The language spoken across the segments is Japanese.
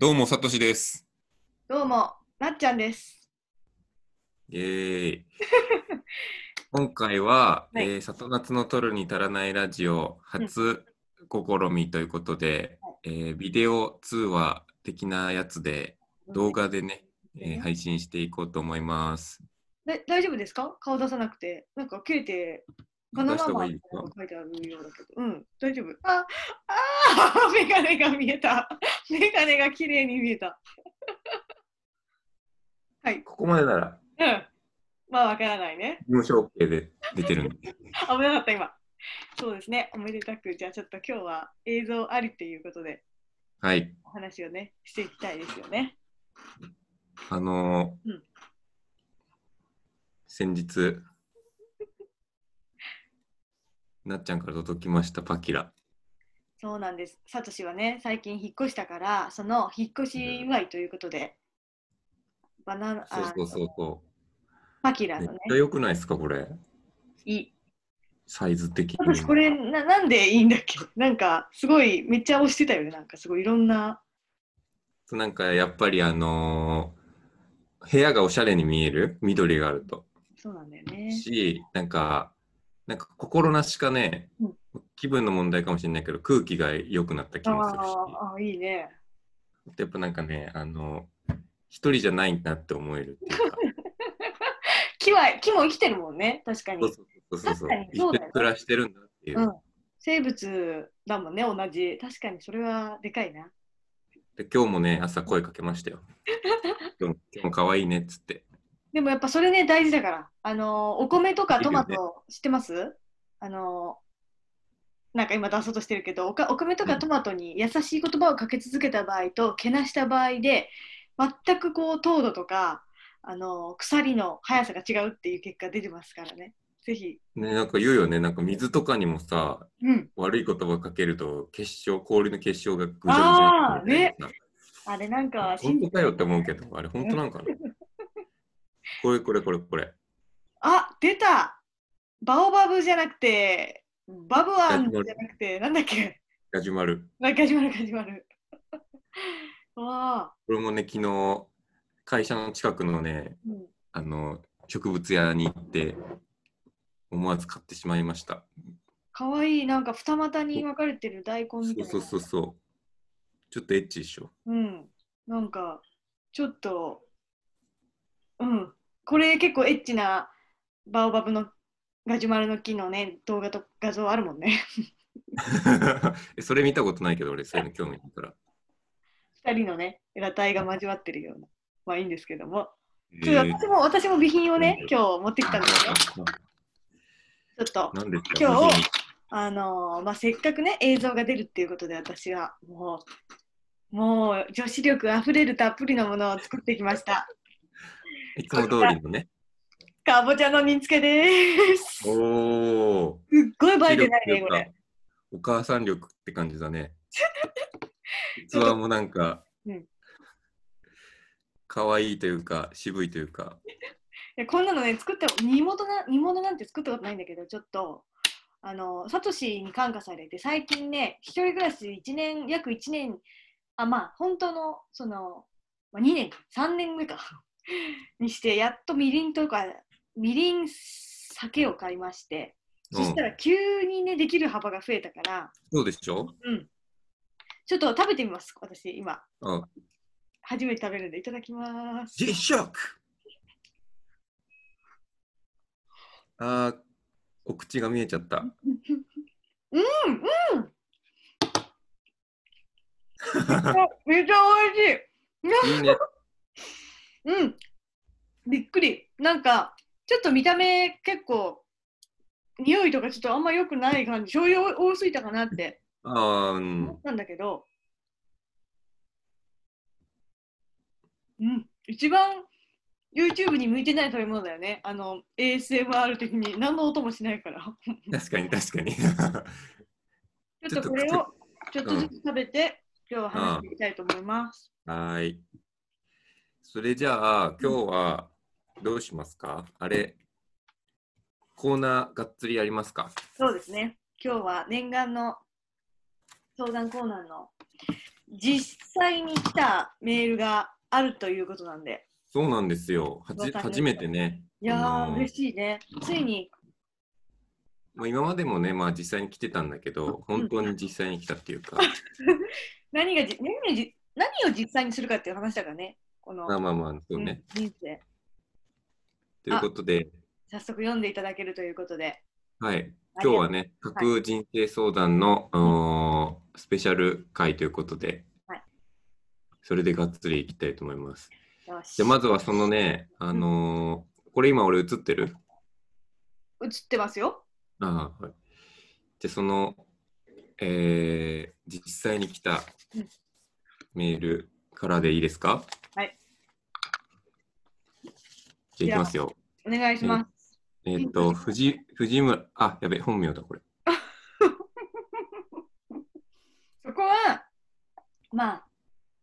どうも、さとしです。 どうも、なっちゃんです。 イエーイ。今回は、 はい。 里夏の取るに足らないラジオうん。 初試みということで、ビデオ通話的なやつで動そうね。 画でね、 でね。 配信していこうと思います。 大丈夫ですか？顔出さなくて。なんか切れて、バナ出した方がナマンみいいですか？ たいなのが書いてあるようだけど。うん、大丈夫。メガネが見えた。メガネが綺麗に見えた。はい。 ここまでなら、 うん。まあ、わからないね。 事務所 OK で出てるんで。 危なかった、今。そうですね。おめでたく。じゃあ、ちょっと今日は映像ありっていうことで、 はい。 お話をね、していきたいですよね。 あのうん。 先日、なっちゃんから届きましたパキラ。 そうなんです。サトシはね、最近引っ越したから、その引っ越うん、 し祝いということで、バナナ、 そうそうそうそパキラう。めっのね、 ちゃ良くないですか、これ。 いい。 サイズ的にも。 私これなんでいいんだっけ？なんかすごいめっちゃ押してたよね。なんかすごいいろんな。 なんかやっぱり部屋がおしゃれに見える緑があると。 そうなんだよね。 なんか心なしかね、 うん、 気分の問題かもしれないけど、空気が良くなった気もするし、 いいね。 やっぱなんかね、一人じゃないんだって思えるっていうか、 木も生きてるもんね。確かに。 そうそうそうそうそう、 確かに一緒にそうだよね。 暮らしてるんだっていう。 うん。生物だもんね、同じ。確かにそれはでかいな。 で、今日もね、朝声かけましたよ。今日も可愛いねっつって。 でもやっぱそれね、大事だから。お米とかトマいいよね。 ト知ってます？あのなんか今出そうとしてるけど、お米とうん。 かトマトに優しい言葉をかけ続けた場合と、けなした場合で、全くこう糖度とか、腐りの速さが違うっていう結果出てますからね。ぜひ。 ね、なんか言うよね、なんか水とかにもさ、 うん。 悪い言葉かけると氷の結晶がぐじゃぐじゃになるああ、ね。 みたいなさ。 あれなんか本当かよって信じてる。 思うけど、あれ本当なんかな？これ。 あ、出た。バオバブじゃなくて、バブアンじゃガジュマル。 なくて、なんだっけ。 ガジュマル。 ガジュマルガジュマル。わあ。 これもね、昨日、会社の近くのね、 うん。 植物屋に行って、思わず買ってしまいました。 かわいい。なんか二股に分かれてる大根みそうそうたいな。 そうそう。ちょっとエッチでしょ。 うん。なんか、ちょっと、うん。これ結構エッチなバオバブのガジュマルの木のね、動画と画像あるもんね。 それ見たことないけど、俺、そういうの興味ないから。 二人のね、裸体が交わってるような。まあいいんですけども。ちょっとえ私も備品をね、 なんだろ今日持ってきたんですよ。 う。 ちょっと、 なんですか、無事今日、 に。 まあ、せっかくね、映像が出るっていうことで、私はもう女子力あふれるたっぷりのものを作ってきました。 いつもこちら、 通りのね。 かぼちゃの煮付けです。 おー、 すっごい映視力えてないね、これ。 というか、お母さん力って感じだね。 ちょっと、 器もなんか、 うん、 可愛いというか、渋いというか。 こんなのね、作った煮物なんて作ったことないんだけど、ちょっと、サトシに感化されて、最近ね、一人暮らし1年、約1年、まあ、本当の、まあ、2年、3年目かにして、やっとみりんとか、みりん、酒を買いまして、そしたうん。 ら急にね、できる幅が増えたから、 そうでしょ？ うん、ちょっと食べてみます、私、今。 うん。 初めて食べるんで、いただきます。 実食。あー、お口が見えちゃった。 うん、うん、めっちゃ美味しい。 いいね。 うん、びっくり。なんか、ちょっと見た目結構、匂いとかちょっとあんま良くない感じ、醤油多すぎたかなってあー、うん。 思ったんだけど、うん、一番 YouTube に向いてない食べ物だよね。ASMR 的に何の音もしないから。 確かに確かに。 ちょっちょっと口、 とこれをちょっとずつうん。 食べて、今日は話しあていきたいと思います。 はーい。それじゃあ、 うん、 今日はどうしますか？あれ、コーナーがっつりやりますか？ そうですね。今日は念願の相談コーナーの実際に来たメールがあるということなんで。 そうなんですよ。初めてね。 いやー、嬉しいね。ついに。 今までもね、まあ実際に来てたんだけど、本当に実際に来たっていうか。 何を実際にするかっていう話だからね。この、 まあ、そうね。 人生。 ということで、 早速読んでいただけるということで。 はい。今日はね、各人生相談の、スペシャル回ということで、それでがっつりいきたいと思います。じゃあまずはそのね、これ今俺映ってる？ 映ってますよ。 はい。じゃあその、実際に来たメールからでいいですか？ はい。 じゃあいきますよ。 お願いします。 藤村、やべ、本名だ、これ。 そこは、まあ、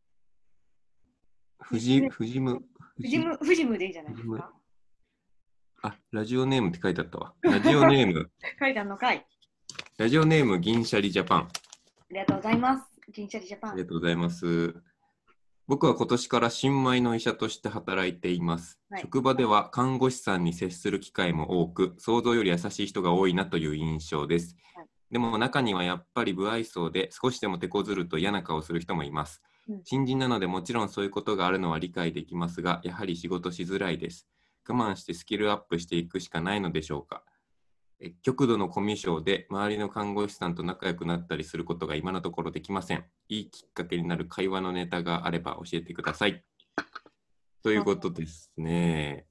藤ムでいいじゃないですか。 ラジオネームって書いてあったわ。ラジオネーム。 書いてあるのかい。 ラジオネーム銀シャリジャパン。 ありがとうございます。銀シャリジャパン。 ありがとうございます。僕は今年から新米の医者として働いています。職場では看護師さんに接する機会も多く、想像より優しい人が多いなという印象です。でも中にはやっぱり不愛想で少しでも手こずると嫌な顔する人もいます。新人なのでもちろんそういうことがあるのは理解できますが、やはり仕事しづらいです。我慢してスキルアップしていくしかないのでしょうか。極度のコミュ障で周りの看護師さんと仲良くなったりすることが今のところできません。いいきっかけになる会話のネタがあれば教えてください。ということですね。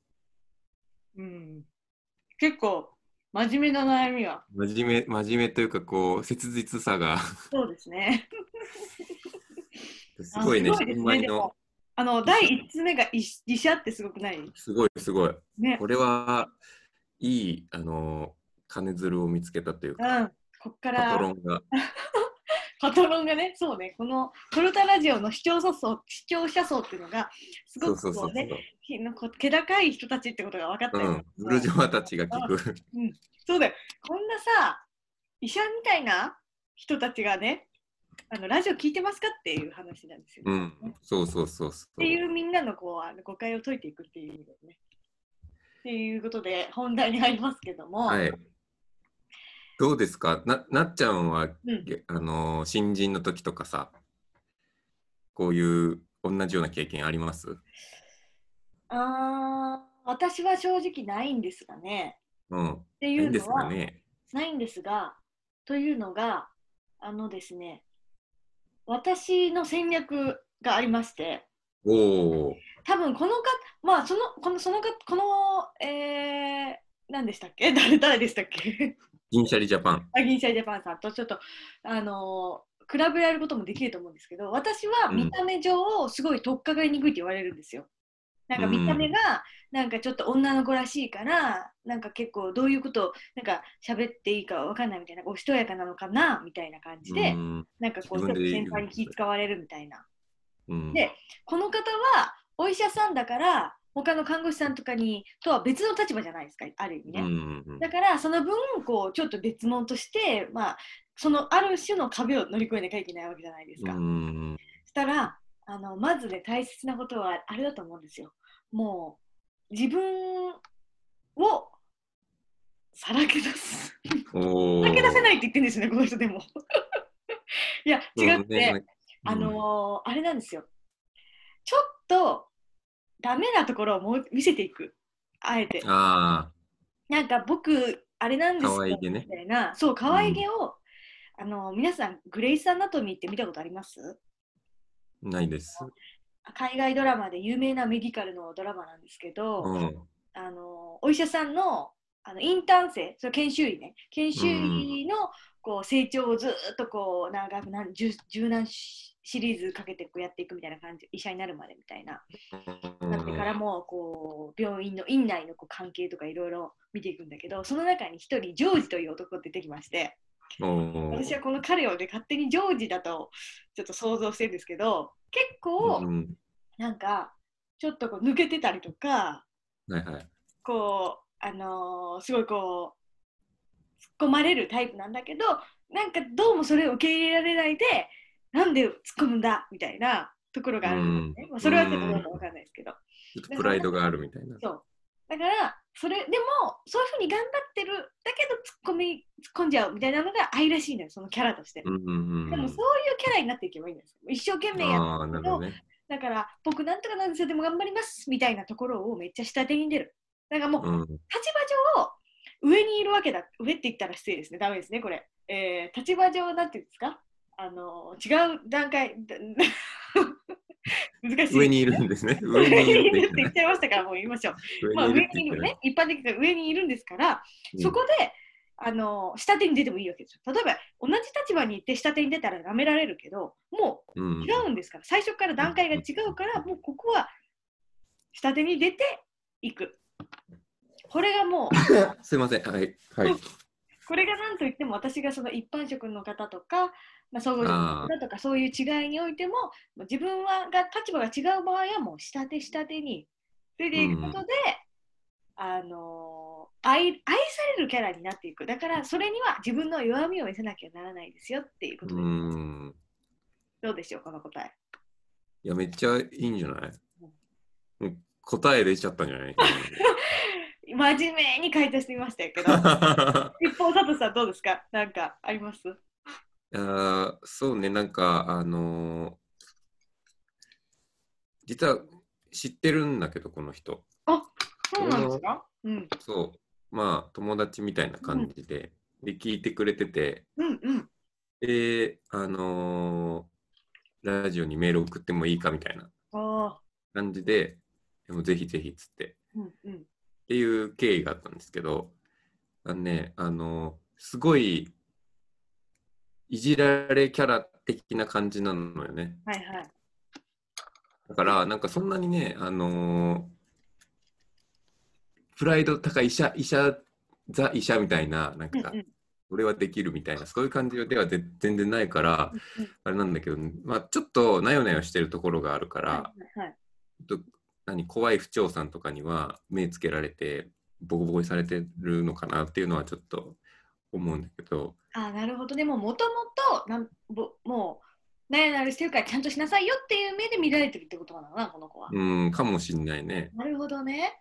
結構真面目な悩みが。 真面目というか切実さが。 そうですね。 すごいね。 すごいですね。でも第1つ目が医者ってすごくない？ すごい。これはいい金づるを見つけたというか、 こっからパトロンが。 パトロンがね、そうね、このトルタラジオの視聴者層っていうのが、すごくこうね、気高い人たちってことが分かったよ。 ブルジョワたちが聞く。 そうだよ。こんなさ、医者みたいな人たちがね、ラジオ聞いてますかっていう話なんですよ。 そう。 っていうみんなの誤解を解いていくっていう意味でね。っていうことで本題に入りますけども。 はい。どうですか？なっちゃんは、新人の時とかさ、こういう同じような経験あります？ 私は正直ないんですがね。っていうのは、ないんですが、というのが、ですね、私の戦略がありまして、多分この何でしたっけ？誰でしたっけ？ 銀シャリジャパン。 銀シャリジャパンさんとちょっと比べられることもできると思うんですけど、私は見た目上すごい取っかかりにくいって言われるんですよ。なんか見た目がなんかちょっと女の子らしいから、なんか結構どういうことをなんか喋っていいかわかんないみたいな、おしとやかなのかなみたいな感じで、なんかこう先輩に気使われるみたいな。で、この方はお医者さんだから他の看護師さんとかとは別の立場じゃないですか、ある意味ね。だからその分こうちょっと別物として、まあそのある種の壁を乗り越えなきゃいけないわけじゃないですか。そしたらまずね、大切なことはあれだと思うんですよ。もう自分をさらけ出す。さらけ出せないって言ってるんですね、この人でも。いや、違って、あれなんですよ。ちょっとダメなところを見せていく。あえて。なんか僕、あれなんですよ、みたいな。そう、可愛げを、皆さん、グレイス・アナトミーって見たことあります？ ないです。 海外ドラマで有名なメディカルのドラマなんですけど、お医者さんのインターン生、それ研修医のこう成長をずっとこう長く十何シリーズかけてこうやっていくみたいな感じ、医者になるまでみたいな。なってからもこう病院の院内のこう関係とかいろいろ見ていくんだけど、その中に一人ジョージという男が出てきまして、私はこの彼をね勝手にジョージだとちょっと想像してるんですけど、結構なんかちょっとこう抜けてたりとか、こうすごいこう突っ込まれるタイプなんだけど、なんかどうもそれを受け入れられないでなんで突っ込むんだみたいなところがあるんですね。それはちょっとどうかわかんないですけど。 ちょっとプライドがあるみたいな。 そう。だから、でも、そういうふうに頑張ってる、だけど突っ込んじゃうみたいなのが愛らしいのよ、そのキャラとして。でも、そういうキャラになっていけばいいんです。一生懸命やってるけど、だから、僕なんとかなんですよ、でも頑張りますみたいなところをめっちゃ下手に出る。だからもう、立場上、上にいるわけだ。上って言ったら失礼ですね。ダメですね、これ。立場上、なんていうんですか、違う段階、難しい。 上にいるんですね。 上にいるって言っちゃいましたから、もう言いましょう。まあ、上にいるね。一般的に上にいるんですから、そこで、下手に出てもいいわけですよ。例えば、同じ立場にいて下手に出たら舐められるけど、もう違うんですから、最初から段階が違うから、もうここは下手に出ていく。これがもうすいません。はい。はい。 これが何と言っても、私がその一般職の方とか、総合職の方とか、そういう違いにおいても、自分が立場が違う場合は、もう下手に出ていくことで、愛されるキャラになっていく。だから、それには自分の弱みを見せなきゃならないですよっていうことです。どうでしょう、この答え。 いや、めっちゃいいんじゃない？答え出ちゃったんじゃない？ 真面目に回答してみましたけど一方、佐藤さんどうですか？なんかあります？ そうね、なんか実は知ってるんだけど、この人。 あ、そうなんですか？ そう、まあ友達みたいな感じで、で聞いてくれてて、でラジオにメール送ってもいいかみたいな感じで、でもぜひぜひっつって、っていう経緯があったんですけど、すごいいじられキャラ的な感じなのよね。 はいはい。 だからなんかそんなにね、プライド高いザ医者みたいな、なんか、俺はできるみたいな、そういう感じでは全然ないから、あれなんだけど、まあ、ちょっとなよなよしてるところがあるから、怖い不調さんとかには目つけられて、ボコボコにされてるのかなっていうのはちょっと思うんだけど。 なるほど。でも、もともと、もう、なよなよしてるからちゃんとしなさいよっていう目で見られてるってことなのかな、この子は。 かもしんないね。 なるほどね。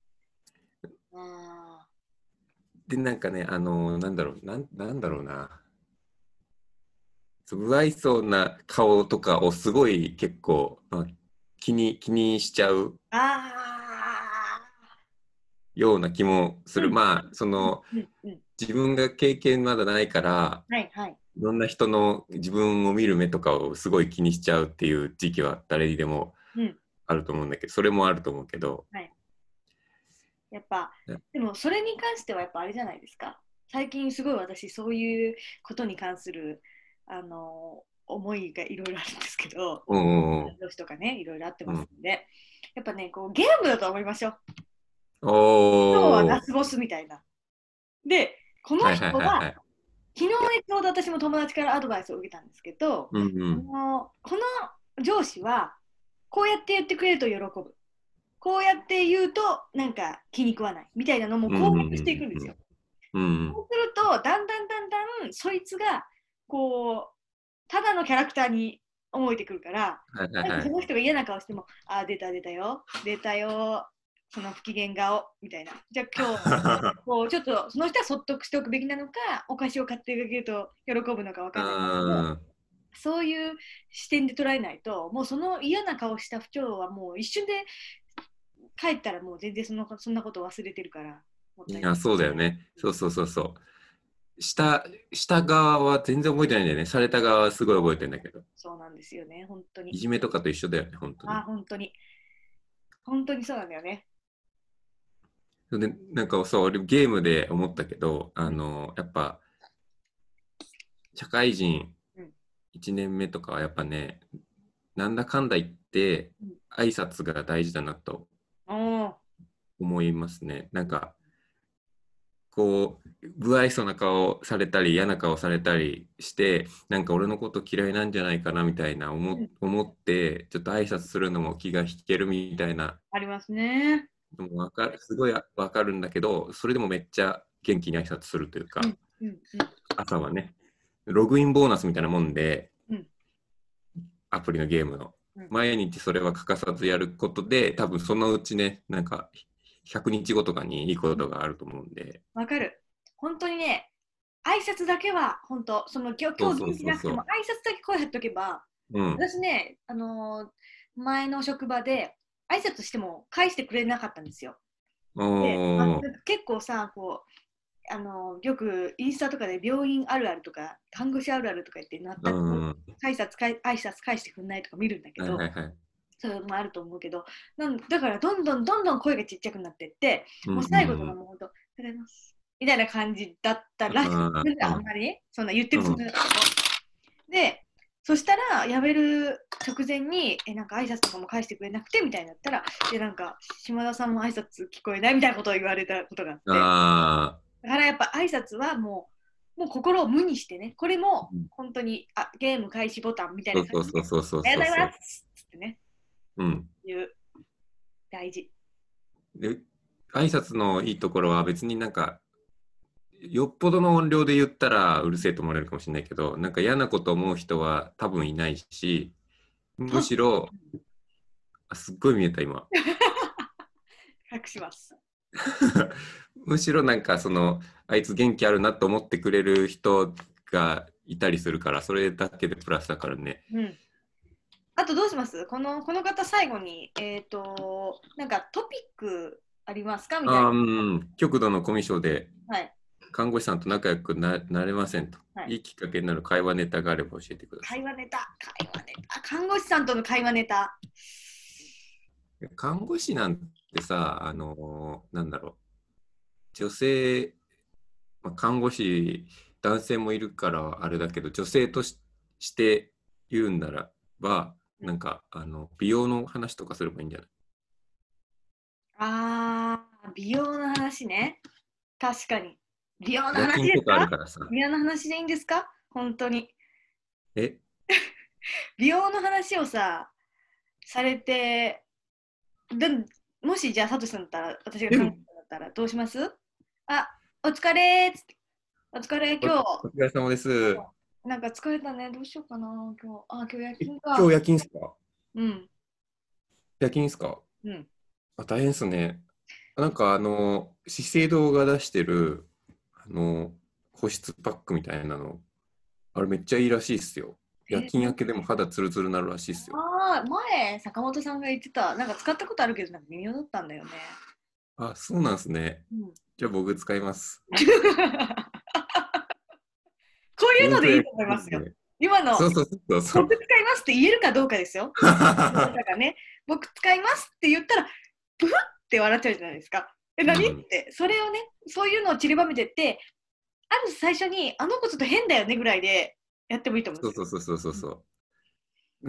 で、なんかね、なんだろうな。不愛想な顔とかをすごい結構、気にしちゃうような気もする。まあ、自分が経験まだないから、いろんな人の自分を見る目とかをすごい気にしちゃうっていう時期は誰にでもあると思うんだけど、それもあると思うけど。 やっぱ、でもそれに関してはやっぱあれじゃないですか。最近すごい私そういうことに関する思いがいろいろあるんですけど、上司とかね、いろいろあってますんで、やっぱね、こうゲームだと思いましょう。今日はラスボスみたいな。で、この人は、昨日ちょうど私も友達からアドバイスを受けたんですけど、この上司は、こうやって言ってくれると喜ぶ。こうやって言うと、なんか気に食わないみたいなのも攻略していくんですよ。そうすると、だんだん、そいつが、こう、ただのキャラクターに思えてくるから、なんかその人が嫌な顔しても、出たよ、その不機嫌顔みたいな。じゃあ今日、こうちょっとその人はそっとしておくべきなのか、お菓子を買ってあげると喜ぶのか分からないけど、そういう視点で捉えないと、もうその嫌な顔した不調はもう一瞬で帰ったらもう全然そんなこと忘れてるから。 いや、そうだよね。そう。下側は全然覚えてないんだよね。された側はすごい覚えてるんだけど。 そうなんですよね、本当に。 いじめとかと一緒だよね、本当に。 本当にそうなんだよね。 で、なんかそう、俺ゲームで思ったけど、やっぱ、社会人1年目とかはやっぱね、なんだかんだ言って、挨拶が大事だなと思いますね。なんか、こう、不愛想な顔されたり、嫌な顔されたりして、なんか俺のこと嫌いなんじゃないかなみたいな思って、ちょっと挨拶するのも気が引けるみたいな。 ありますね。 すごいわかるんだけど、それでもめっちゃ元気に挨拶するというか、朝はね、ログインボーナスみたいなもんで、 アプリのゲームの。 うん毎日それは欠かさずやることで、多分そのうちね、なんか100日後とかにいいことがあると思うんで。 わかる。本当にね、挨拶だけは、本当、その今日そう元気なくても、挨拶だけ声張っとけば、 うん。 私ね、前の職場で、挨拶しても返してくれなかったんですよ。で、 おー。 なんか結構さ、よくインスタとかで病院あるあるとか、看護師あるあるとか言って、 う全くん。 挨拶返してくんないとか見るんだけはいど、 はいはい。 それもあると思うけど、だからどんどん声がちっちゃくなってって、 うんもう最後とかもう本当、ございます。みたいな感じだったらしい。 ああんまりね、そんな言ってるつもうん。 りなかったけど。で、そしたら、辞める直前に、なんか挨拶とかも返してくれなくてみたいになったら、なんか、島田さんも挨拶聞こえないみたいなことを言われたことがあって、 あだからやっぱ挨拶はもう心を無にしてね、これもー。 本当にゲーム開始ボタンみたいそうな感じで、 そうそうそうそうありがとうございそうそう。 ますっつってね、 うん。 いう大事。 で、挨拶のいいところは別になんか、よっぽどの音量で言ったらうるせえと思われるかもしれないけど、なんか嫌なこと思う人は多分いないし、むしろ、すっごい見えた今。 隠します。 むしろなんかあいつ元気あるなと思ってくれる人がいたりするから、それだけでプラスだからね。 うん。あとどうします？この方最後に、なんかトピックありますかみたいな。 うん、極度のコミュ障ではい。 看護師さんと仲良くなれませんと。 はい。 いいきっかけになる会話ネタがあれば教えてくださ会話ネタ、会話ネタ。看護師さんとの会話ネタ。 い。看護師なんてさ、なんだろう、女性、まあ、看護師、男性もいるからあれだけど、女性として言うんならば、 うん、 なんか、美容の話とかすればいいんじゃない？ 美容の話ね。確かに。美容の夜勤とかある話ですか？ からさ。 美容の話でいいんですか？本当に。 え、 美容の話をさ、されて、でもしじゃあ、サトシさんだったら、私が看護師さんだったら、どうします？あ、お疲れーっつって。お疲れ、 お今疲れ様です。 日。なんか疲れたね。どうしようかな。今日夜勤か。 今日夜勤っすか？ うん。 夜勤っすか？ うん。 あ、大変っすね。なんか資生堂が出してる、保湿パックみたいなの、あれめっちゃいいらしいっすよ。夜勤明けでも肌ツルツルなるらしいっすよ。 前、坂本さんが言ってた。なんか使ったことあるけど、なんか微妙だったんだよね。 あ、そうなんすね。 うん。 じゃあ僕使います。 こういうのでいい本当やと思いますよ。 りね。 今の、 そうそうそうそう。 僕使いますって言えるかどうかですよ。あなたがね、僕使いますって言ったら、プフって笑っちゃうじゃないですか。何っうん。 て、それをね、そういうのを散りばめてって、ある最初に、あの子ちょっと変だよねぐらいでやってもいいと思うんですよ。 そうそうそうそうそううん、 そう。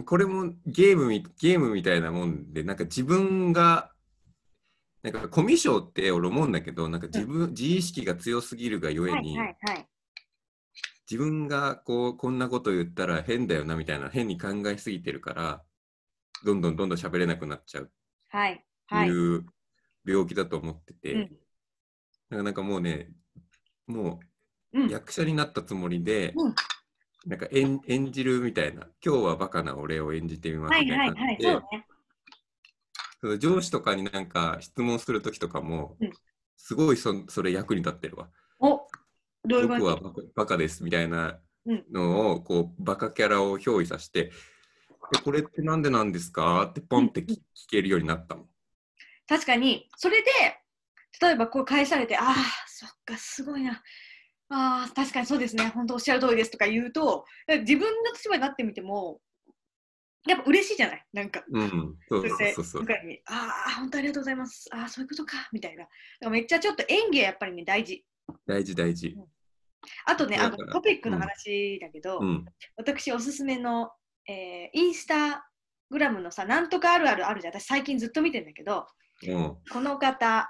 これもゲームみたいなもんで、なんか自分が、なんかコミュ障って俺思うんだけど、なんかうん、 自意識が強すぎるがゆえはいはに、 いはい。 自分がこんなこと言ったら変だよなみたいな変に考えすぎてるから、どんどん喋れなくなっちゃうはいっていはい。 う病気だと思ってて、 うん、 なんかもうね、もううん、 役者になったつもりで、 うん。 なんか演じるみたいな、今日はバカな俺を演じてみまはいすみたいなはいはい。そう感じで、 ね。 その上司とかになんか質問するときとかも、 うん。 すごいそれ役に立ってるわ。 お、どういう感じ？ 僕はバカですみたいなうん。 のを、バカキャラを憑依させて、これってなんでなんですかってポンって聞けるようになったもん。 確かに、それで、例えばこう返されて、そっか、すごいな。確かにそうですね。本当おっしゃる通りですとか言うと、自分の立場になってみても、やっぱ嬉しいじゃない。なんか、 うん、そうそうそそして、 うそう。 向かいに、本当ありがとうございます。そういうことか、みたいな。だからめっちゃちょっと演技はやっぱりね、大事。 大事大事。 うん、あとね、 だから、 トピックのうん、 話だけど、 うん、 私おすすめの、インスタグラムのさ、なんとかあるあるあるじゃん。私最近ずっと見てんだけど、 うん。 この方、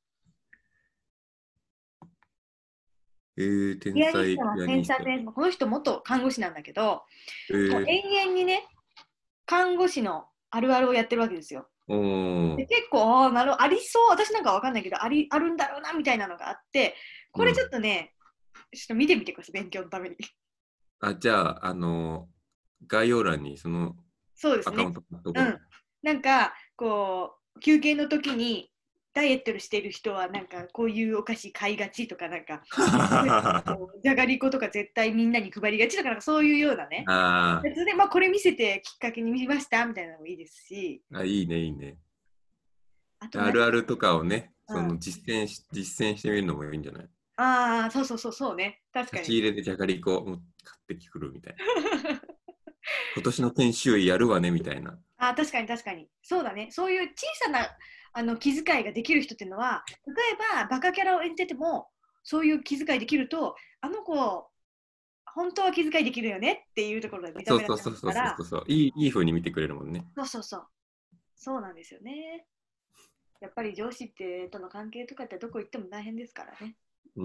天ピアニスト才の天ピアニスト。 才です。この人元看護師なんだけど、もうー、 延々にね、看護師のあるあるをやってるわけですよ。 おー、 で結構ありそう、私なんかわかんないけど、あるんだろうなみたいなのがあって、これちょっうん。 とね、ちょっと見てみてください、勉強のために。 あ、じゃあ、概要欄にそのそうですね。 アカウントのところ。 うん。なんかこう休憩の時にダイエットしてる人はなんかこういうお菓子買いがちとかなんかこうじゃがりことか絶対みんなに配りがちとかなんかそういうようなねあやつで、まあ、これ見せてきっかけに見ましたみたいなのもいいですし、 あ、いいね、いいね。 あと何、 あるあるとかをね、 うん、 実践してみるのもいいんじゃない？ ああ、そうそうそうそうね、確かに。 差し入れでじゃがりこを買ってくるみたいな。今年の研修医やるわねみたいな。 あ、確かに確かに。そうだね。そういう小さな気遣いができる人っていうのは、例えばバカキャラを演じてても、そういう気遣いできると、あの子、本当は気遣いできるよねっていうところで認そうめられるそうそうそうから、 そうそう。いい風に見てくれるもんね。 そうそうそう。そうなんですよね。やっぱり上司ってとの関係とかってどこ行っても大変ですからね。 うん。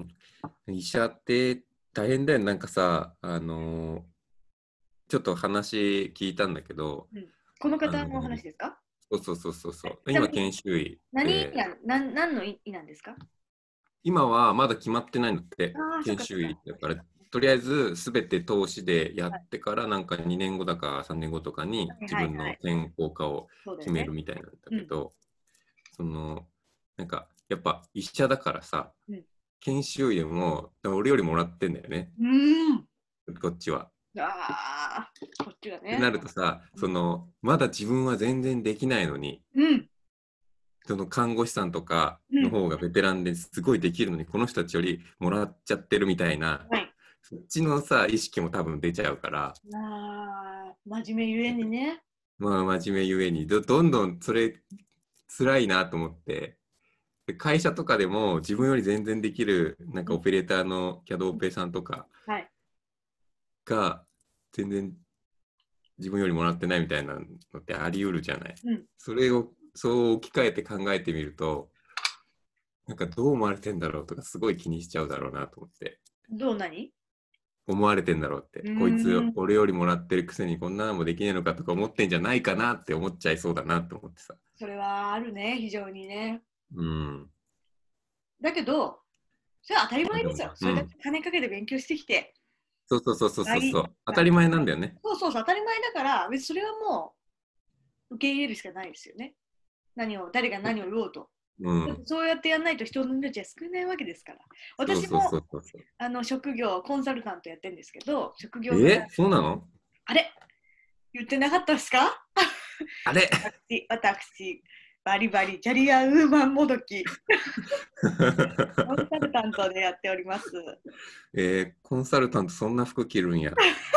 医者って大変だよね。なんかさ、ちょっと話聞いたんだけど、 うん、このあの方のお話ですか？ そう。今、 ちなみに研修医で、 何意なん、何の意なんですか？ 今はまだ決まってないのって、 ああー、そっ研かそっか。 修医だから、とりあえずすべて投資でやはいってから、なんか2年後だか3年後とかにはい自分のはいはい。 専攻科を決めるそうだよね。 みたいなんだうん。 けど、その、なんか、やっぱ医者だからさ、 うん。 研修医でも、俺よりもらってんだよね、 うーん。 こっちは。 ああ、こっちはってなね。 るとさ、 うん。 まだ自分は全然できないのに、 うん。 その看護師さんとかうん。 の方がベテランですごいできるのに、この人たちよりもらっちゃってるみたいな、 はい。 そっちのさ、意識も多分出ちゃうから、 ああ、真面目ゆえにね。 まあ真面目ゆえに、どんどんそれ辛いなと思って、で会社とかでも自分より全然できる、なんうん。 かオペレーターのキャドオペさんとかはい。 が全然自分よりもらってないみたいなのってあり得るじゃない。 うん。 それをそう置き換えて考えてみると、なんかどう思われてんだろうとかすごい気にしちゃうだろうなと思って。 どう何？ 思われてんだろうって。 うーこいつん。 俺よりもらってるくせにこんなのもできねえのかとか思ってんじゃないかなって思っちゃいそうだなと思ってさ。 それはあるね、非常にね。 うん。 だけど、それは当たりまあでも、 前ですよ。それだけうん。 金かけて勉強してきて、 そう。当たあり前なんだよね。 そうそうそう、当たり前だから、別にそれはもう受け入れるしかないですよね。誰が何を言おうと。 うん。 そうやってやらないと人の命は救えないわけですから。 そうそうそ私もうそうそう。 職業、コンサルタントやってるんですけど、職業柄、 そうなの？ あれ言ってなかったですか？ あれ私、バリバリキャリアウーマンもどき、コンサルタントでやっております。 コンサルタントそんな服着るんや。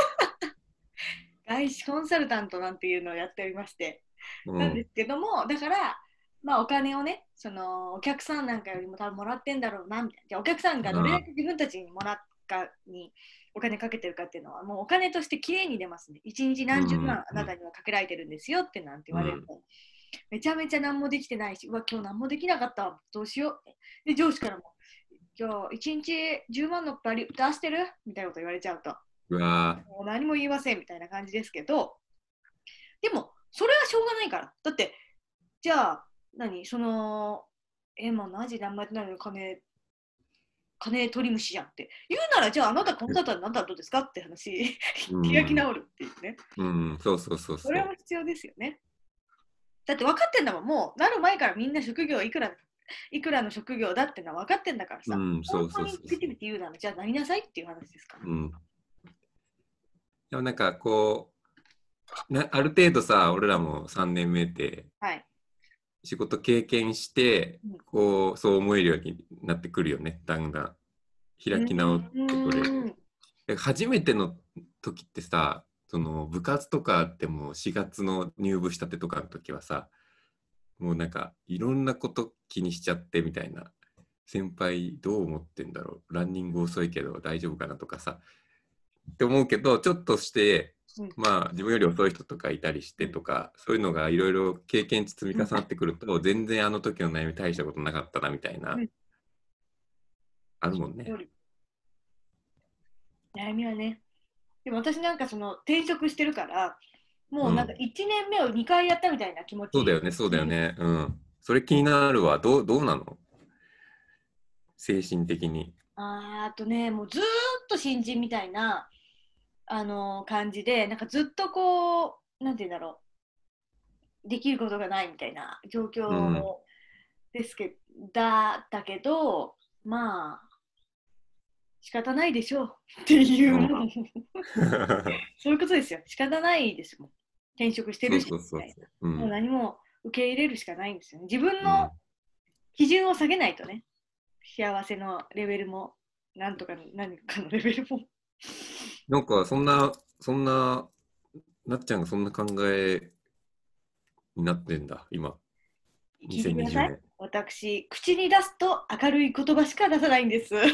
外資コンサルタントなんていうのをやっておりまして、なんでうん。 すけども、だから、まあ、お金をね、お客さんなんかよりも多分もらってんだろうなみたいな。じゃあお客さんがどれだあけ自分たちにもらっかにお金かけてるかっていうのは、もうお金としてきれいに出ますね。一日何十万あなたにはかけられてるんですよってなんて言われると、めちゃめちゃ何もできてないし、うわ、今日何もできなかったわ、どうしよう。で、上司からも、今日一日10万のバリ出してるみたいなこと言われちゃうと、 うわもう何も言いませんみたいな感じですけど、でも、それはしょうがないから。だって、じゃあ、もうマジであんまりないのに金取り虫じゃんって言うなら、じゃああなたコンサルタントなんだらどうですかって話、 う開きん。 直るっていうね。 うん。 それも必要ですよね。だって分かってんだもん、もうなる前からみんな職業いくらの職業だってのは分かってんだからさ、 うん。 本当にピチピチ言うなら、じゃあなりなさいっていう話ですから。 うん。でもなんかある程度さ、俺らも3年目ではい。 仕事経験して、そう思えるようになってくるよね、だんだん。 う開き直ってくれる。 ん。 初めての時ってさ、その部活とかってもう4月の入部したてとかの時はさ、もうなんかいろんなこと気にしちゃってみたいな。先輩どう思ってんだろう、ランニング遅いけど大丈夫かなとかさって思うけど、ちょっとしてうん。 まあ自分より遅い人とかいたりしてとか、そういうのがいろいろ経験値積み重なってくると、全然あの時の悩み大したことなかったなみたいな、 うん。 あるもんね。 悩みはね。でも私なんか転職してるから、もうなんかうん。 1年目を2回やったみたいな気持ち。 そうだよね。うん。それ気になるわ。どうなの？精神的に。 あとね、もうずーっと新人みたいな、感じで、なんかずっとこう、 なんて言うんだろう、できることがないみたいな状況ですけど、だけど、まあ、仕方ないでしょうっていう、もうそういうことですよ。仕方ないですもん。転職してるし、 そうそうそうみたいな。 そう。うもうん。 何も受け入れるしかないんですよね。自分のうん。 基準を下げないとね、幸せのレベルも、なんとか何かのレベルも。 なんか、なっちゃんがそんな考えになってんだ、今。 聞いてくだ 2020 さい。 年。 私、口に出すと明るい言葉しか出さないんです。だ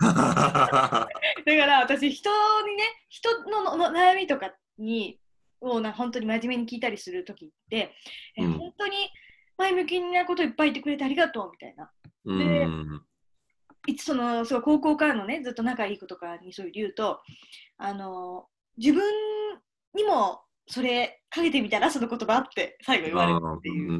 から私、人にね、人の悩みとかに、本当に真面目に聞いたりするときって、 うん。 本当に前向きなこといっぱい言ってくれてありがとうみたいな。 うで、 ん。 いつそう高校からのね、ずっと仲いい子とかにそういう言うと、あの自分にもそれかけてみたらその言葉って最後言われるああ、 っていう。 うん。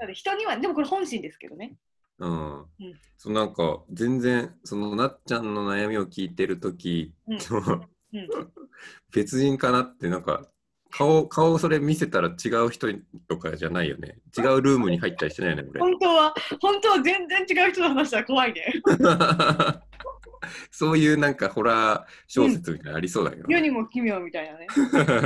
なので人には、でもこれ本心ですけどね。 うん。 うん。 なんか、全然、なっちゃんの悩みを聞いてるときうん。 と、 うん。 別人かなって、なんか、顔それ見せたら違う人とかじゃないよね。違うルームに入ったりしてないよね、俺。 本当は全然違う人の話は怖いね。 そういうなんかホラー小うん。 説みたいなのありそうだけど世ね。 にも奇妙みたいなね。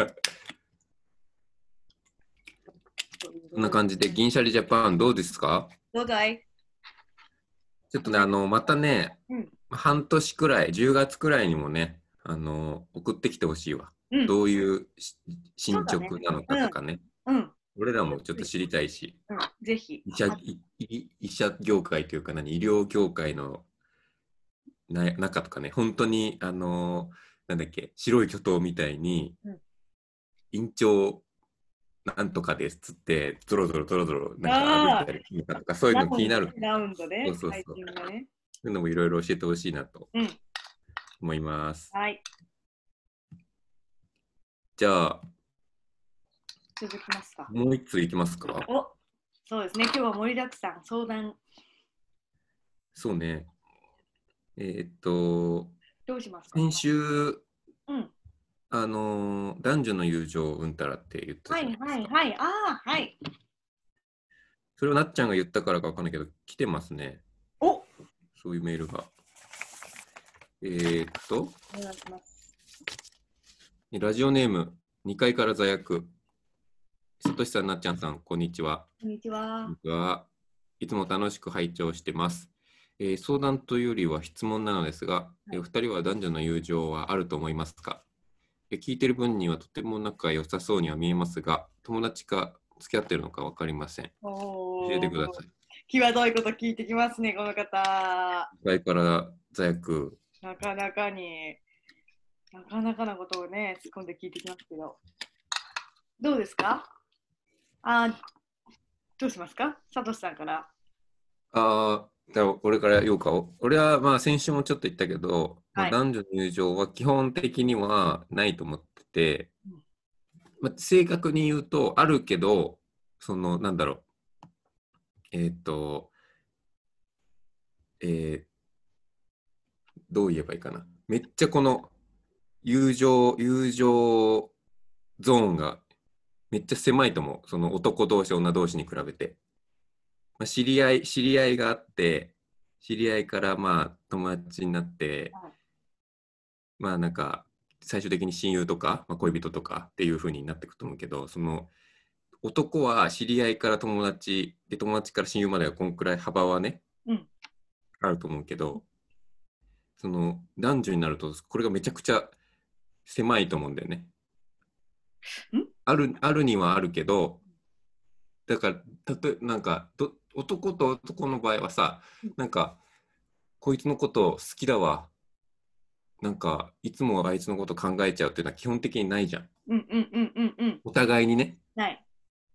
そういうことで。 こんな感じで、銀シャリジャパンどうですか？ どうだい？ ちょっとね、またね、 うん。 半年くらい、10月くらいにもね、送ってきてほしいわ。 うん。 どういう進そうだね。 捗なのかうん。 とかね。 うん。 俺らもちょっと知りたいし、 うん。ぜひ。 医者業界というか医療業界の中とかね、本当に、なんだっけ、白い巨頭みたいに、 うん。 院長なんとかですっつって、ゾロゾロゾロゾロなんか歩いああ、 たりするかとか、そういうの気になる。 ラウンドね。 そうそう最そう。 近がね。 そういうのもいろいろ教えてほしいなとうん。 思います。 はい。 じゃあ、 続きますか。 もう一通いきますか。 そうですね。今日は盛りだくさん相談。 そうね。えーっと、 どうしますか？ 先週、 うん。 男女の友情うんたらって言ったはいじゃないですか。 はいはい。ああ、はい。 それをなっちゃんが言ったからかわかんないけど、来てますね。 おそういうメールが。えーっと、 お願いします。 ラジオネーム、2階から座薬。さとしさん、なっちゃんさん、こんにちは。 こんにちは。 いつも楽しく拝聴してます。相談というよりは質問なのですが、 はい。 お二人は男女の友情はあると思いますか？聞いてる分にはとても仲良さそうには見えますが、友達か付き合ってるのか分かりません。教えおー、 てください。 際どいこと聞いてきますね、この方。 それから座薬。 なかなかに、なかなかなことをね、突っ込んで聞いてきますけど。どうですか？あー、どうしますか？サトシさんから。 じゃあ俺から言おうか。俺はまあ先週もちょっと言ったけど、まあ、 はい。 男女の友情は基本的にはないと思ってて、 うん。 まあ、正確に言うとあるけど、なんだろう、えーっと、えーどう言えばいいかな。めっちゃこの友情ゾーンがめっちゃ狭いと思う。その男同士、女同士に比べて。まあ、知り合いがあって、知り合いからまあ友達になって、 はい。 まあなんか最終的に親友とか、まあ、恋人とかっていう風になっていくと思うけど、男は知り合いから友達で友達から親友まではこんくらい幅はね、 うん。 あると思うけど、男女になるとこれがめちゃくちゃ狭いと思うんだよね。 んあるにはあるけど、だからなんか男と男の場合はさ、なんかこいつのこと好きだわ、なんかいつもあいつのこと考えちゃうっていうのは基本的にないじゃん。 うんうんうんうんうん。 お互いにね。 ない。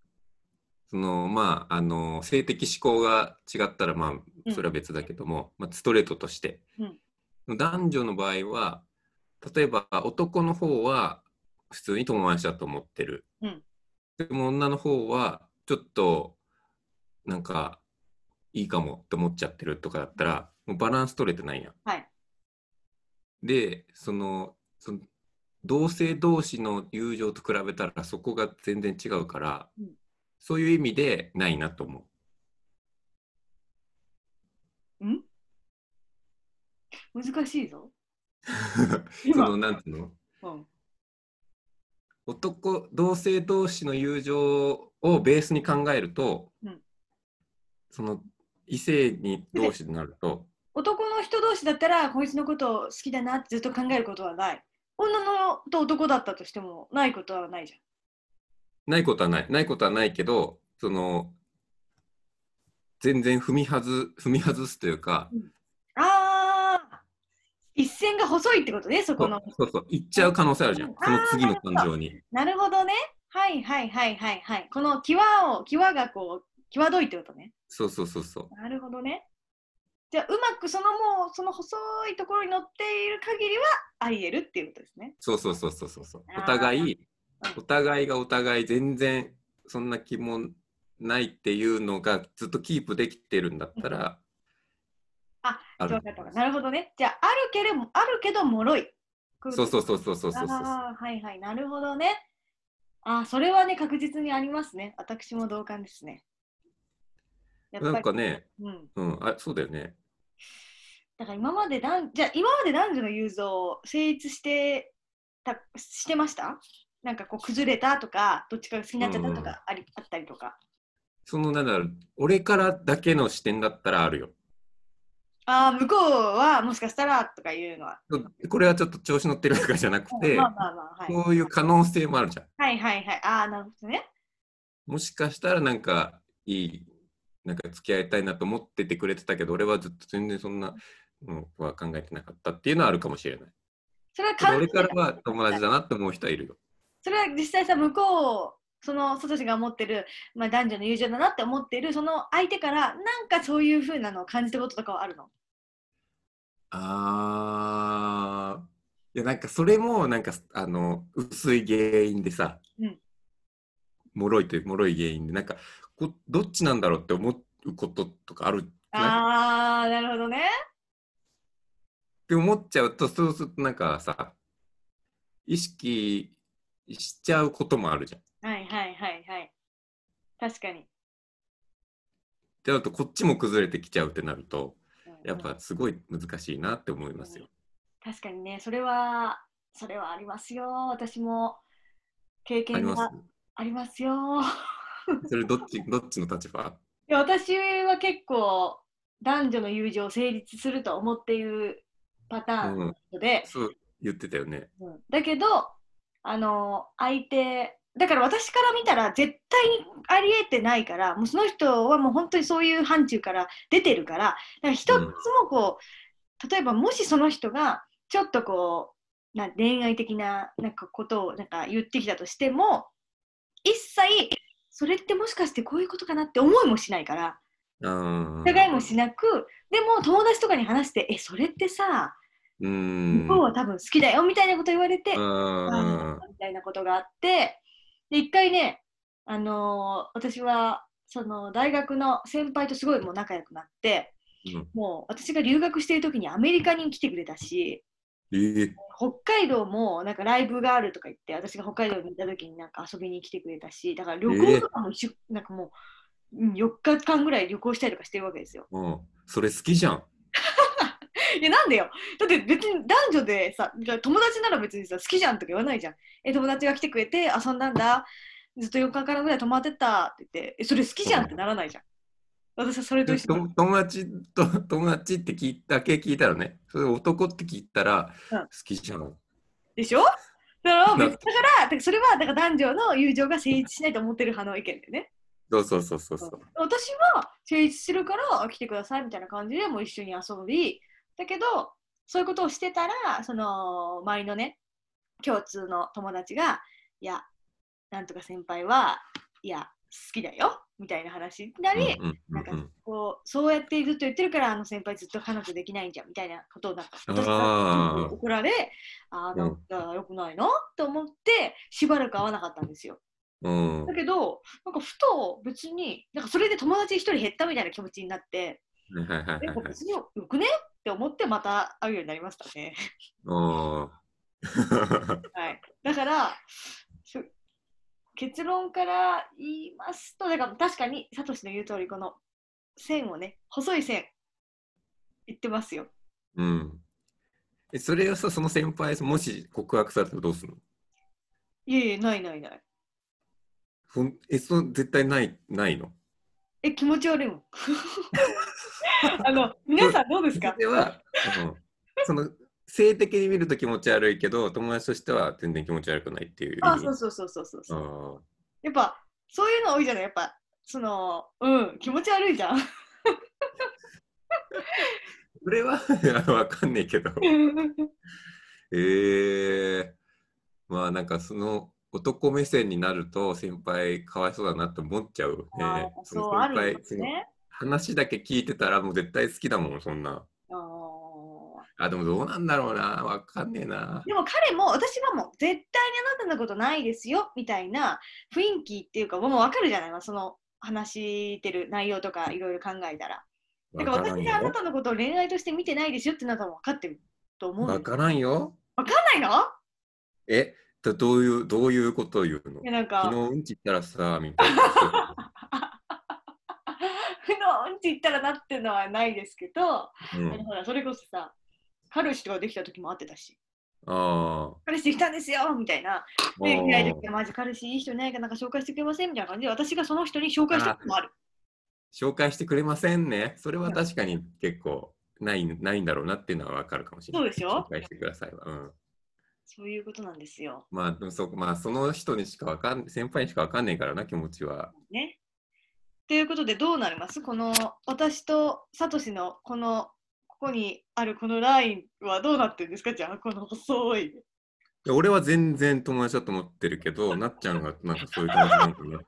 まあ性的指向が違ったらまあうん。 それは別だけども、まあ、ストレートとしてうん。 男女の場合は、例えば男の方は普通に友達だと思ってる。 うん。 でも女の方はちょっとなんかいいかもって思っちゃってるとかだったら、もうバランス取れてないやん。 はい。 で、 同性同士の友情と比べたらそこが全然違うから、 うん、 そういう意味でないなと思ん難しいぞ。 う。そ今。 のなんていうの、 うん。 同性同士の友情をベースに考えると、 うん。 その異性に同で、 士になると、 男の人同士だったら、こいつのことを好きだなってずっと考えることはない。女のと男だったとしても、ないことはないじないことはない、ないことはないけど、その全然踏み外すというか、 ゃん。うん、ああ、一線が細いってことね、そこの。 そうそう、行っちうん、 ゃう可能性あるじゃん、そのああ、 次の感情に。 なるほどね。はいはいはいはいはい。この際がこう、際どいってことね。 そうそうそうそう。 なるほどね。じゃあ、うまくその細いところに乗っている限りはあり得るっていうことですね。 そうそうそうそうそうそう。おあ互い、 あ、うん。 お互いがお互い全然そんな気もないっていうのがずっとキープできてるんだっうん、 たらあ、 あじゃあ分かったわ。 ると思います。 なるほどね。じゃあ、あるけど、もろい。こういうこと。 そうそうそうそうそうそうそう。 ああ、はいはい。なるほどね。ああ、それはね、確実にありますね。私も同感ですね。やっなぱり、 んかね、 うん。 うん、あ、そうだよね。 だからじゃあ今まで男女の友情成立してました？なんかこう崩れたとか、どっちかが好きにうんなっちゃったうん。 とかあったりとか。 その、なんだろう、俺からだけの視点だったらあるよ。 ああ、向こうはもしかしたらとかいうのは。 これはちょっと調子乗ってるとかじゃなくうん、まあて、 まあまあ、はい。 そういう可能性もあるじゃん。 はいはいはい。ああ、なるほどね。 もしかしたらなんかいい、なんか付き合いたいなと思っててくれてたけど、俺はずっと全然そんなのは考えてなかったっていうのはあるかもしれない。 それはけど俺感じてた。 からは友達だなって思う人はいるよ。 それは実際さ、向こう、サトシが思ってる、まあ、男女の友情だなって思ってる、その相手から、なんかそういう風なのを感じたこととかはあるの？ いやなんかそれもなんか薄い原因でさ、 うん。 もろい原因でなんかどっちなんだろうって思うこととかあるくないっああ、なるほどね。 て思っちゃうと、そうするとなんかさ、意識しちゃうこともあるじゃん。 はいはいはいはい。確かに。 であとこっちも崩れてきちゃうってなると、 うんやっうんぱすごい難しいなって思いますよ。 うん、確かにね、それはありますよ。私も経あります。 験がありますよ。 それどっちの立場？ いや、私は結構男女の友情成立すると思っているパターンうん。 ので、 そう言ってたよね。 うん、だけど、だから私から見たら絶対にありえてないから、もうその人はもう本当にそういう範疇から出てるから、だから一つうん。 もこう、例えばもしその人がちょっとこう、恋愛的ななんかことをなんか言ってきたとしても、一切それってもしかしてこういうことかなって思いもしないから、疑いもしなく、でも友達とかに話して、それってさ、 うー向こうはん。 多分好きだよみたいなこと言われて、ああみたいなことがあって、で、一回ね、私はその大学の先輩とすごいもう仲良くなって、 うん。 もう私が留学している時にアメリカに来てくれたし、 ええ北海道もなんかライブがあるとか言って、私が北海道に行った時になんか遊びに来てくれたし、だから旅行とええかもなんかもう4日間ぐらい旅行したりとかしてるわけですよ。 うん。それ好きじゃん。 いや、なんでよ。だって別に男女でさ、友達なら別にさ、好きじゃんとか言わないじゃん。友達が来てくれて遊んだんだ。ずっと4日間ぐらい泊まってたって言って、それ好きじゃんってうん。 ならないじゃん。私はそれと一緒なの。 友達ってだけ聞いたらね、それ男って聞いたらうん、 好きじゃん。 でしょ？だからなって。 それはだから男女の友情が成立しないと思ってる派の意見でね。 そうそうそうそううん、 そう。 私は成立するから来てくださいみたいな感じでもう一緒に遊び、だけど、そういうことをしてたら、その周りのね、共通の友達が、いや、なんとか先輩は、いや、好きだよみたいな話になり、 うんうんうなんかんうん。 こう、そうやってずっと言ってるから、あの先輩ずっと彼女できないんじゃんみたいなことをなんか私がああ。 怒られ、ああ、なんうん。 か良くないのと思って、しばらく会わなかったんですよ。 うん。はだけど、なんかふと別に、なんかそれで友達一人減ったみたいな気持ちになって、 いはいはいはいはい。 別によくねって思ってまた会うようになりましたね。 ああ。 はい、だから結論から言いますと、だから確かにサトシの言う通り、この線をね、細い線言ってますよ。 うん。それをさ、その先輩、もし告白されたらどうするの？ いえいえ、ないないない。 絶対ないの？ 気持ち悪いもん。皆さんどうですか？ それは、その、性的に見ると気持ち悪いけど、友達としては全然気持ち悪くないっていう意そう味。 そうそうそうそうそう。 ああ。 やっぱ、そういうの多いじゃない。やっぱ、気持ち悪いじゃん。 それはわかんないけど。まあなんかその男目線になると先輩かわいそうだなって思っちゃうね。そのそう、あるんで先輩、 すね。 話だけ聞いてたらもう絶対好きだもん、そんな。でもどうなんだろうな。わかんねえな。 でも彼も、私はもう絶対にあなたのことないですよ、みたいな雰囲気っていうか、もう分かるじゃない、その話してる内容とかいろいろ考えたら。だわからからんよ。 私があなたのことを恋愛として見てないですよってなったら分かってると思うんです。 わからんよ。 分かんないの？ え、どういうことを言うの？ いや、なん昨日か、 うんち行ったらさ、みたいな。そういうこと。 ふのんって言ったらなっていうのはないですけど、 うん。 ほら、それこそさ、彼氏とかできた時も会ってたし、 あ彼氏できたんですよみたいな。 あ。 で、いやいあや、マジ彼氏いい人いないかなんか紹介してくれませんみたいな感じで、私がその人に紹介したあ。 こともある。 紹介してくれませんね。それは確かに結構ないんだろうなっていうのはわかるかもしれない。 そうでしょ？ 紹介してくださいは。うん。 そういうことなんですよ。 まあ、でもまあ、その人にしか先輩にしかわかんないからな、気持ちは。 ね。ということで、どうなります？この私とサトシのここにあるこのラインはどうなってるんですか？じゃあ、この細い。 俺は全然友達だと思ってるけど、なっちゃんがなんかそういう感じなのかなって。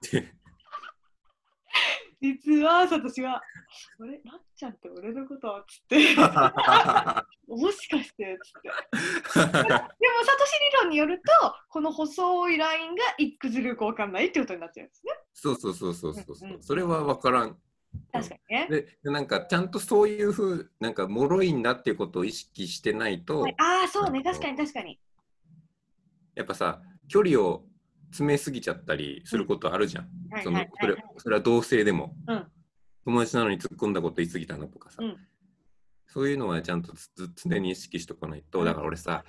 実はサトシは、あれ、なっちゃんって俺のことつって、もしかしてつって。でも、サトシ理論によると、この細いラインがいつ崩れるか分かんないってことになっちゃうんですね。 そうそうそうそうそううんうん、 それはわからん。うん、 確かにね。 なんかちゃんとそういうなんか脆いんだっていうことを意識してないはい、 と、 ああ、そあうね、確のかに確かに。 やっぱさ、距離を詰めすぎちゃったりうん、 することあるじゃん。 はいはいそれはいはい。 それは同性でも。 うん、 友達なのに突っ込んだこと言い過ぎたのとかさ。 うん、 そういうのはちゃんと常に意識しとかないと。 うん。 だから俺さ、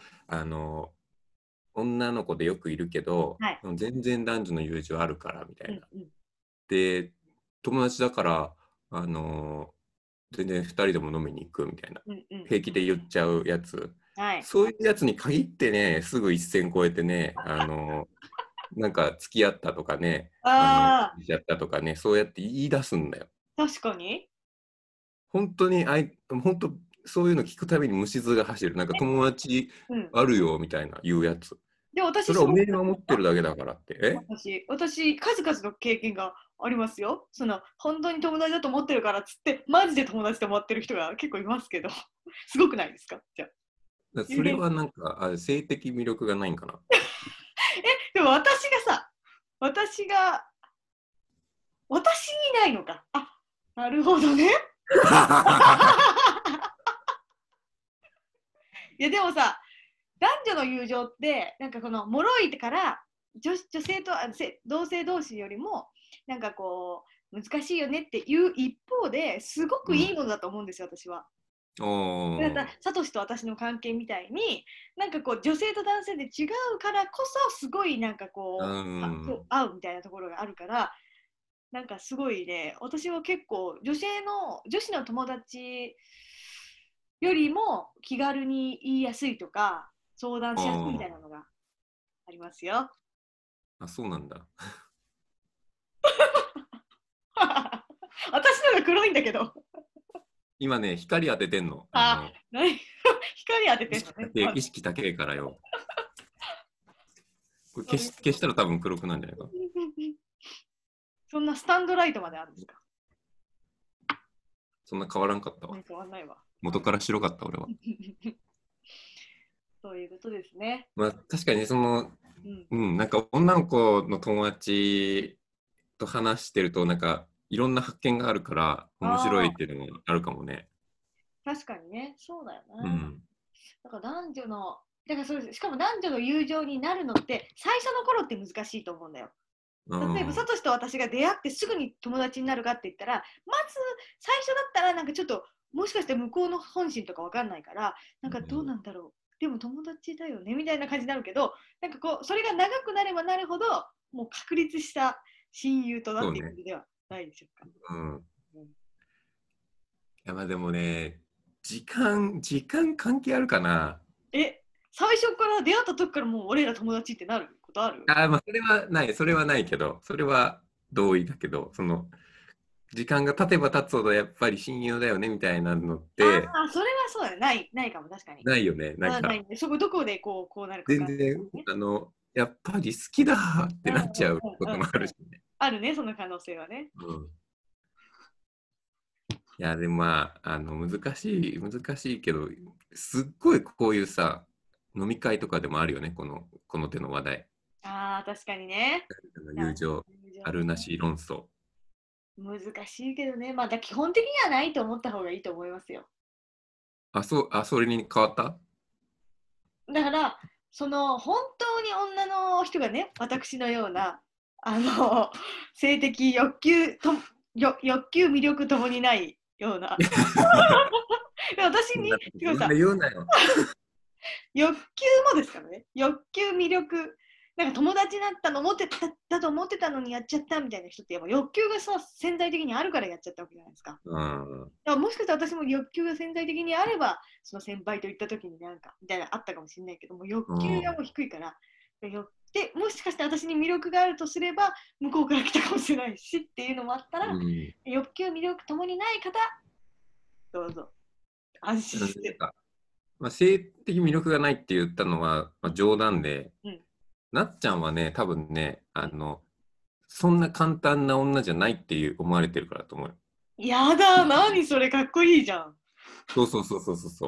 女の子でよくいるけど、 はい。 全然男女の友情あるからみたいな。 うん、うん、 で、友達だから、全然2人でも飲みに行くみたいな。 うん、うん。 平気で言っちゃうやつ。 はい。 そういうやつに限ってね、すぐ一線越えてね、なんか付き合ったとかね、 あしちゃったとかね、そうやって言い出すんだよ。 あ、確かに。 本当に本当そういうの聞くたびに虫唾が走る。なんか友達うん。 あるよみたいな言うやつ。 で、私、 それはおそうめえが思ってるだけだからって。 私、数々の経験がありますよ。本当に友達だと思ってるからっつって、マジで友達と思ってる人が結構いますけど、すごくないですか？じゃあ。 それはなんか性的魅力がないんかな。 でも私が、私にいないのか。あ、なるほどね。いや、でもさ、男女の友情って、なんかこの、脆いから女性と同性同士よりも、なんかこう、難しいよねっていう一方ですごくいいものだと思うんですよ、私は。だからサトシと私の関係みたいになんかこう女性と男性で違うからこそすごいなんかこう合うみたいなところがあるからなんかすごいね私は結構女子の友達よりも気軽に言いやすいとか相談しやすいみたいなのがありますよ。 そうなんだ。 私のが黒いんだけど。 今ね、光当ててんの。 何光当ててんのね。 意識高いからよ。これ消したら多分黒くなるんじゃないか。 そんなスタンドライトまであるんですか？ そんな変わらんかったわ。 変わんないわ。 元から白かった、俺は。 そういうことですね。 まあ、確かになんか女の子の友達と話してると、なんかいろんな発見があるから面白いっていうのもあるかもね。 確かにね、そうだよね。 うん。 だから男女のだからそうです。しかも男女の友情になるのって最初の頃って難しいと思うんだよ。例えばサトシと私が出会ってすぐに友達になるかって言ったら、まず最初だったらなんかちょっともしかして向こうの本心とか分かんないから、なんかどうなんだろう、でも友達だよねみたいな感じになるけど、なんかこうそれが長くなればなるほどもう確立した親友となっていくのではないでしょうか。 いやまあでもね、時間関係あるかな。 最初から出会った時からもう俺ら友達ってなることある？ まあそれはないけど、それは同意だけど、その時間が経てば経つほどやっぱり親友だよねみたいなのって、 それはそうだね。ないかも、確かに。 ないよね。なんかないね。そこどこでこうなるか全然、やっぱり好きだってなっちゃうこともあるしね。 あるね、その可能性はね。 いや、でもまあ、難しいけど、すっごいこういうさ、飲み会とかでもあるよね、この手の話題。 確かにね。 友情、あるなし論争。 難しいけどね、まあ、基本的にはないと思った方がいいと思いますよ。 それに変わった？ だから、本当に女の人がね、私のような、性的欲求魅力ともにないような。私に、 言うなよ。 欲求もですからね。欲求、魅力。なんか友達だったのだと思ってたのにやっちゃったみたいな人って欲求が潜在的にあるからやっちゃったわけじゃないですか。だからもしかしたら私も欲求が潜在的にあればその先輩と行った時になんかみたいなあったかもしれないけども、欲求がもう低いからでもしかして私に魅力があるとすれば向こうから来たかもしれないしっていうのもあったら、欲求魅力ともにない方どうぞ安心して。 性的魅力がないって言ったのは、冗談で、なっちゃんはね、多分ね、そんな簡単な女じゃないって思われてるからと思う。 やだ、何それ、かっこいいじゃん。 そう。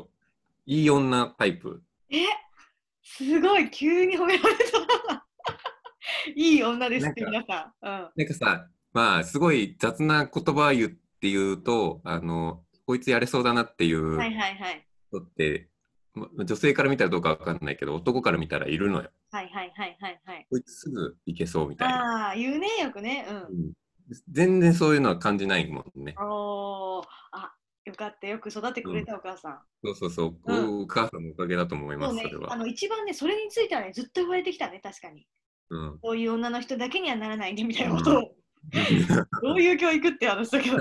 いい女タイプ。 すごい、急に褒められた。いい女ですって、皆さん。 なんかさ、まあ、すごい雑な言葉言って言うと、こいつやれそうだなっていう人って、女性から見たらどうかわかんないけど、男から見たらいるのよ。こいつすぐ行けそうみたいな。 言うね、よくね。 全然そういうのは感じないもんね。 よかった、よく育ってくれたお母さん。 そう、お母さんのおかげだと思います、それは。 一番ね、それについてはね、ずっと言われてきたね、確かに。こういう女の人だけにはならないねみたいなことを。どういう教育って話だけど。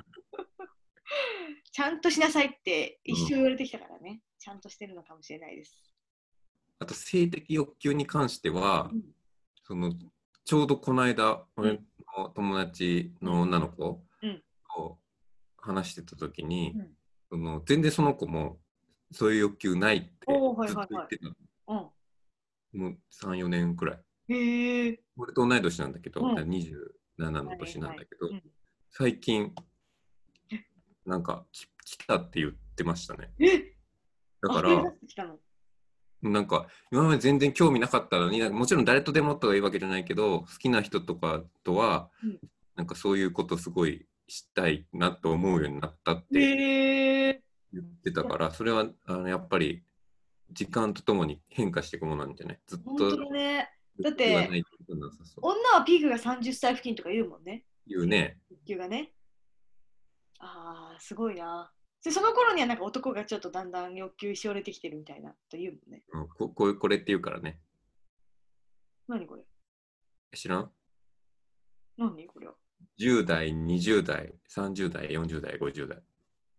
ちゃんとしなさいって一生言われてきたからね、ちゃんとしてるのかもしれないです。 あと性的欲求に関しては、ちょうどこの間、俺の友達の女の子と話してた時に、全然その子もそういう欲求ないってずっと言ってた。もう3、4年くらい。俺と同い年なんだけど、27の年なんだけど、最近なんか来たって言ってましたね。だからなんか今まで全然興味なかったのに、もちろん誰とでもとかいうわけじゃないけど、好きな人とかとは、なんかそういうことすごいしたいなと思うようになったって言ってたから、それはやっぱり時間とともに変化していくものなんじゃない？ずっと。 本当だね。だって女はピークが30歳付近とか言うもんね。 言うね。 欲求がね。すごいな。その頃にはなんか男がちょっとだんだん欲求しおれてきてるみたいなと言うもんね。 これって言うからね。 何これ？ 知らん？ 何これは ？10代、20代、30代、40代、50代。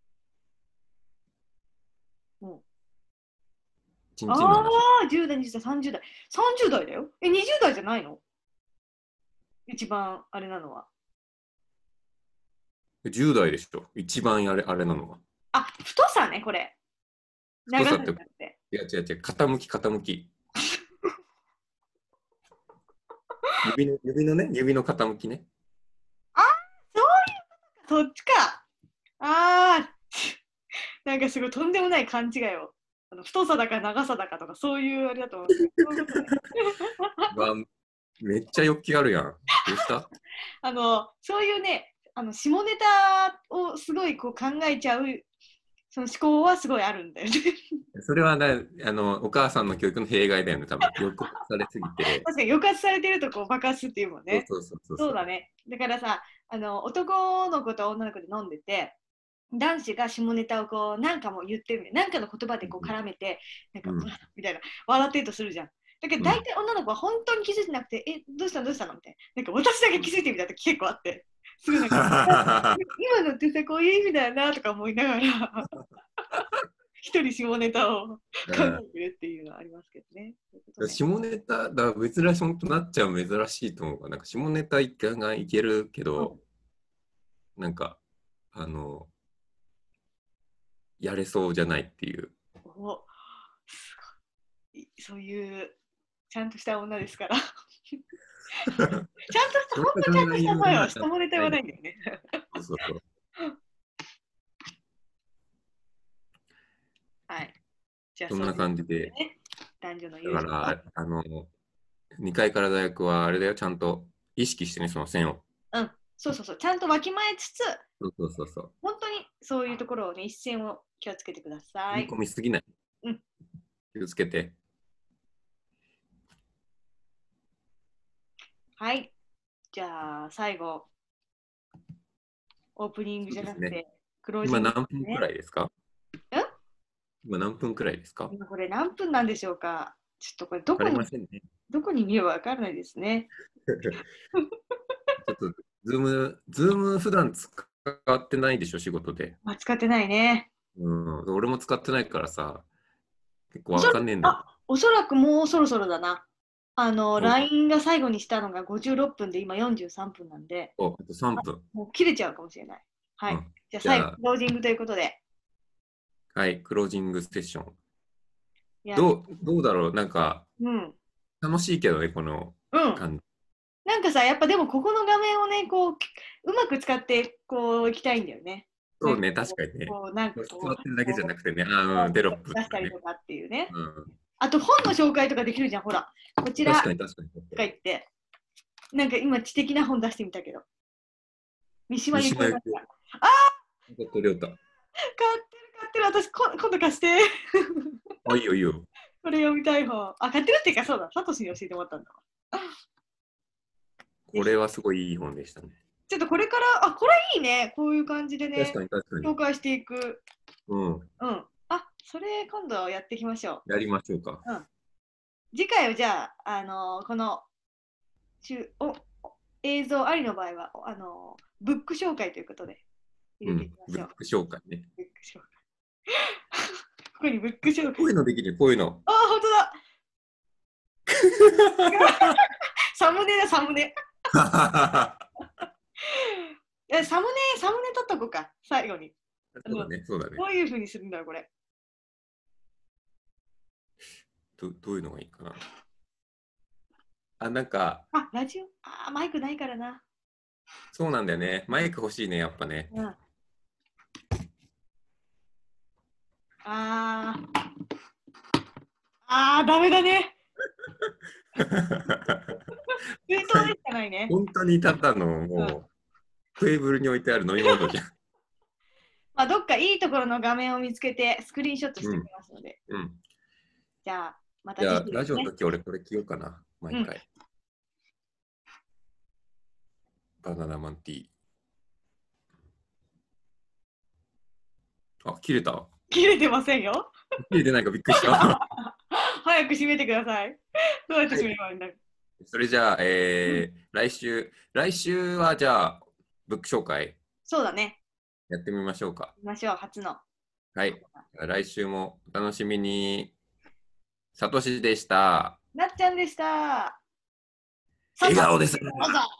10代、20代、30代。30代だよ。20代じゃないの？一番あれなのは。 10代でしょ。一番あれなのは。 太さね、これ。 太さって。違う。傾き。指の傾きね。 そういうことか。そっちか。なんかすごいとんでもない勘違いを。太さだか長さだかとかそういうあれだと思う。めっちゃ欲求あるやん。どうした？ そういうね、下ネタをすごいこう考えちゃうその思考はすごいあるんだよね。 それはお母さんの教育の弊害だよね、多分。抑圧されすぎて。 確かに抑圧されてるとこう爆発っていうもんね。 そうそうそうそうだね。だからさ、男の子と女の子で飲んでて、男子が下ネタをこう何かも言ってるみたいな、何かの言葉でこう絡めて、なんか、みたいな、笑ってるとするじゃん。だけど大体女の子は本当に気づいてなくて、どうしたのどうしたのみたいな。なんか私だけ気づいてみたいな時結構あって、すぐなんか、今のってさ、こういう意味だよなとか思いながら、一人下ネタを考えてるっていうのはありますけどね。 下ネタだ、珍しい、本当なっちゃう珍しいと思う。なんか下ネタ一回がいけるけど、なんか、やれそうじゃないっていう。 お、すごい。そういうちゃんとした女ですから。ちゃんとした、本当にちゃんとした声は下ネタ言わないんだよね。 そうそうそう。 はい。じゃあそんな感じで。 男女の友情。 だから、2階から大学はあれだよ、ちゃんと意識してね、その線を。 うん、そうそうそう。ちゃんとわきまえつつ、 そうそうそう。 本当にそういうところをね、一線を気をつけてください。 踏み込みすぎない。 うん。 気をつけて。 はい。じゃあ、最後、オープニングじゃなくて、クロージング、 今何分くらいですか？今何分くらいですか？ 今これ何分なんでしょうか？ちょっとこれどこに見れば分からないですね。 ちょっとズーム普段使ってないでしょ、仕事で。 使ってないね。 俺も使ってないからさ、結構わかんねえんだ。 おそらくもうそろそろだな。LINE が最後にしたのが56分で今43分なんで、 あと3分。 もう切れちゃうかもしれない。はい。じゃあ最後、クロージングということで。 はい、クロージングセッション。どうだろう、なんか、楽しいけどね、この感じ。 なんかさ、やっぱでもここの画面をね、こう、うまく使って、こう、いきたいんだよね。 そうね、確かにね。 なんか座ってるだけじゃなくてね、テロップ出したりとかっていうね。あと本の紹介とかできるじゃん、ほら。こちら。 確かに確かに。 とか言って。なんか今知的な本出してみたけど。三島由紀夫。ああ買ってる買ってる。私、今度貸して。 いいよいいよ。 これ読みたい本。買ってるっていうか、そうだ。サトシに教えてもらったんだ。 これはすごいいい本でしたね。 ちょっとこれから、これいいね。こういう感じでね。 確かに。 紹介していく。それ今度やっていきましょう。やりましょうか。 次回はじゃあ、この映像ありの場合は、ブック紹介ということで入れていきましょう。 ブック紹介ね。 ブック紹介。ここにブック紹介。 こういうのできる、こういうの。 本当だ。サムネだ、サムネ。サムネ撮っとこうか、最後に。 そうだね。 どういうふうにするんだろう、これ。 どういうのがいいかな。なんか。 ラジオマイクないからな。 そうなんだよね。マイク欲しいね、やっぱね。 ダメだね。水筒でしかないね。 本当にただのもう、テーブルに置いてある飲み物じゃん。 どっかいいところの画面を見つけてスクリーンショットしてみますので。じゃあ、また次回、ラジオの時俺これ着ようかな、毎回。バナナマンティー。切れた？ 切れてませんよ。 切れてないかびっくりした。 早く閉めてください。どうやって閉めればいいんだ。 それじゃあ、来週はじゃあ、ブック紹介。 そうだね。 やってみましょうか。 初の。 はい。来週もお楽しみに。さとしでした。 なっちゃんでした。 笑顔です。 どうぞ。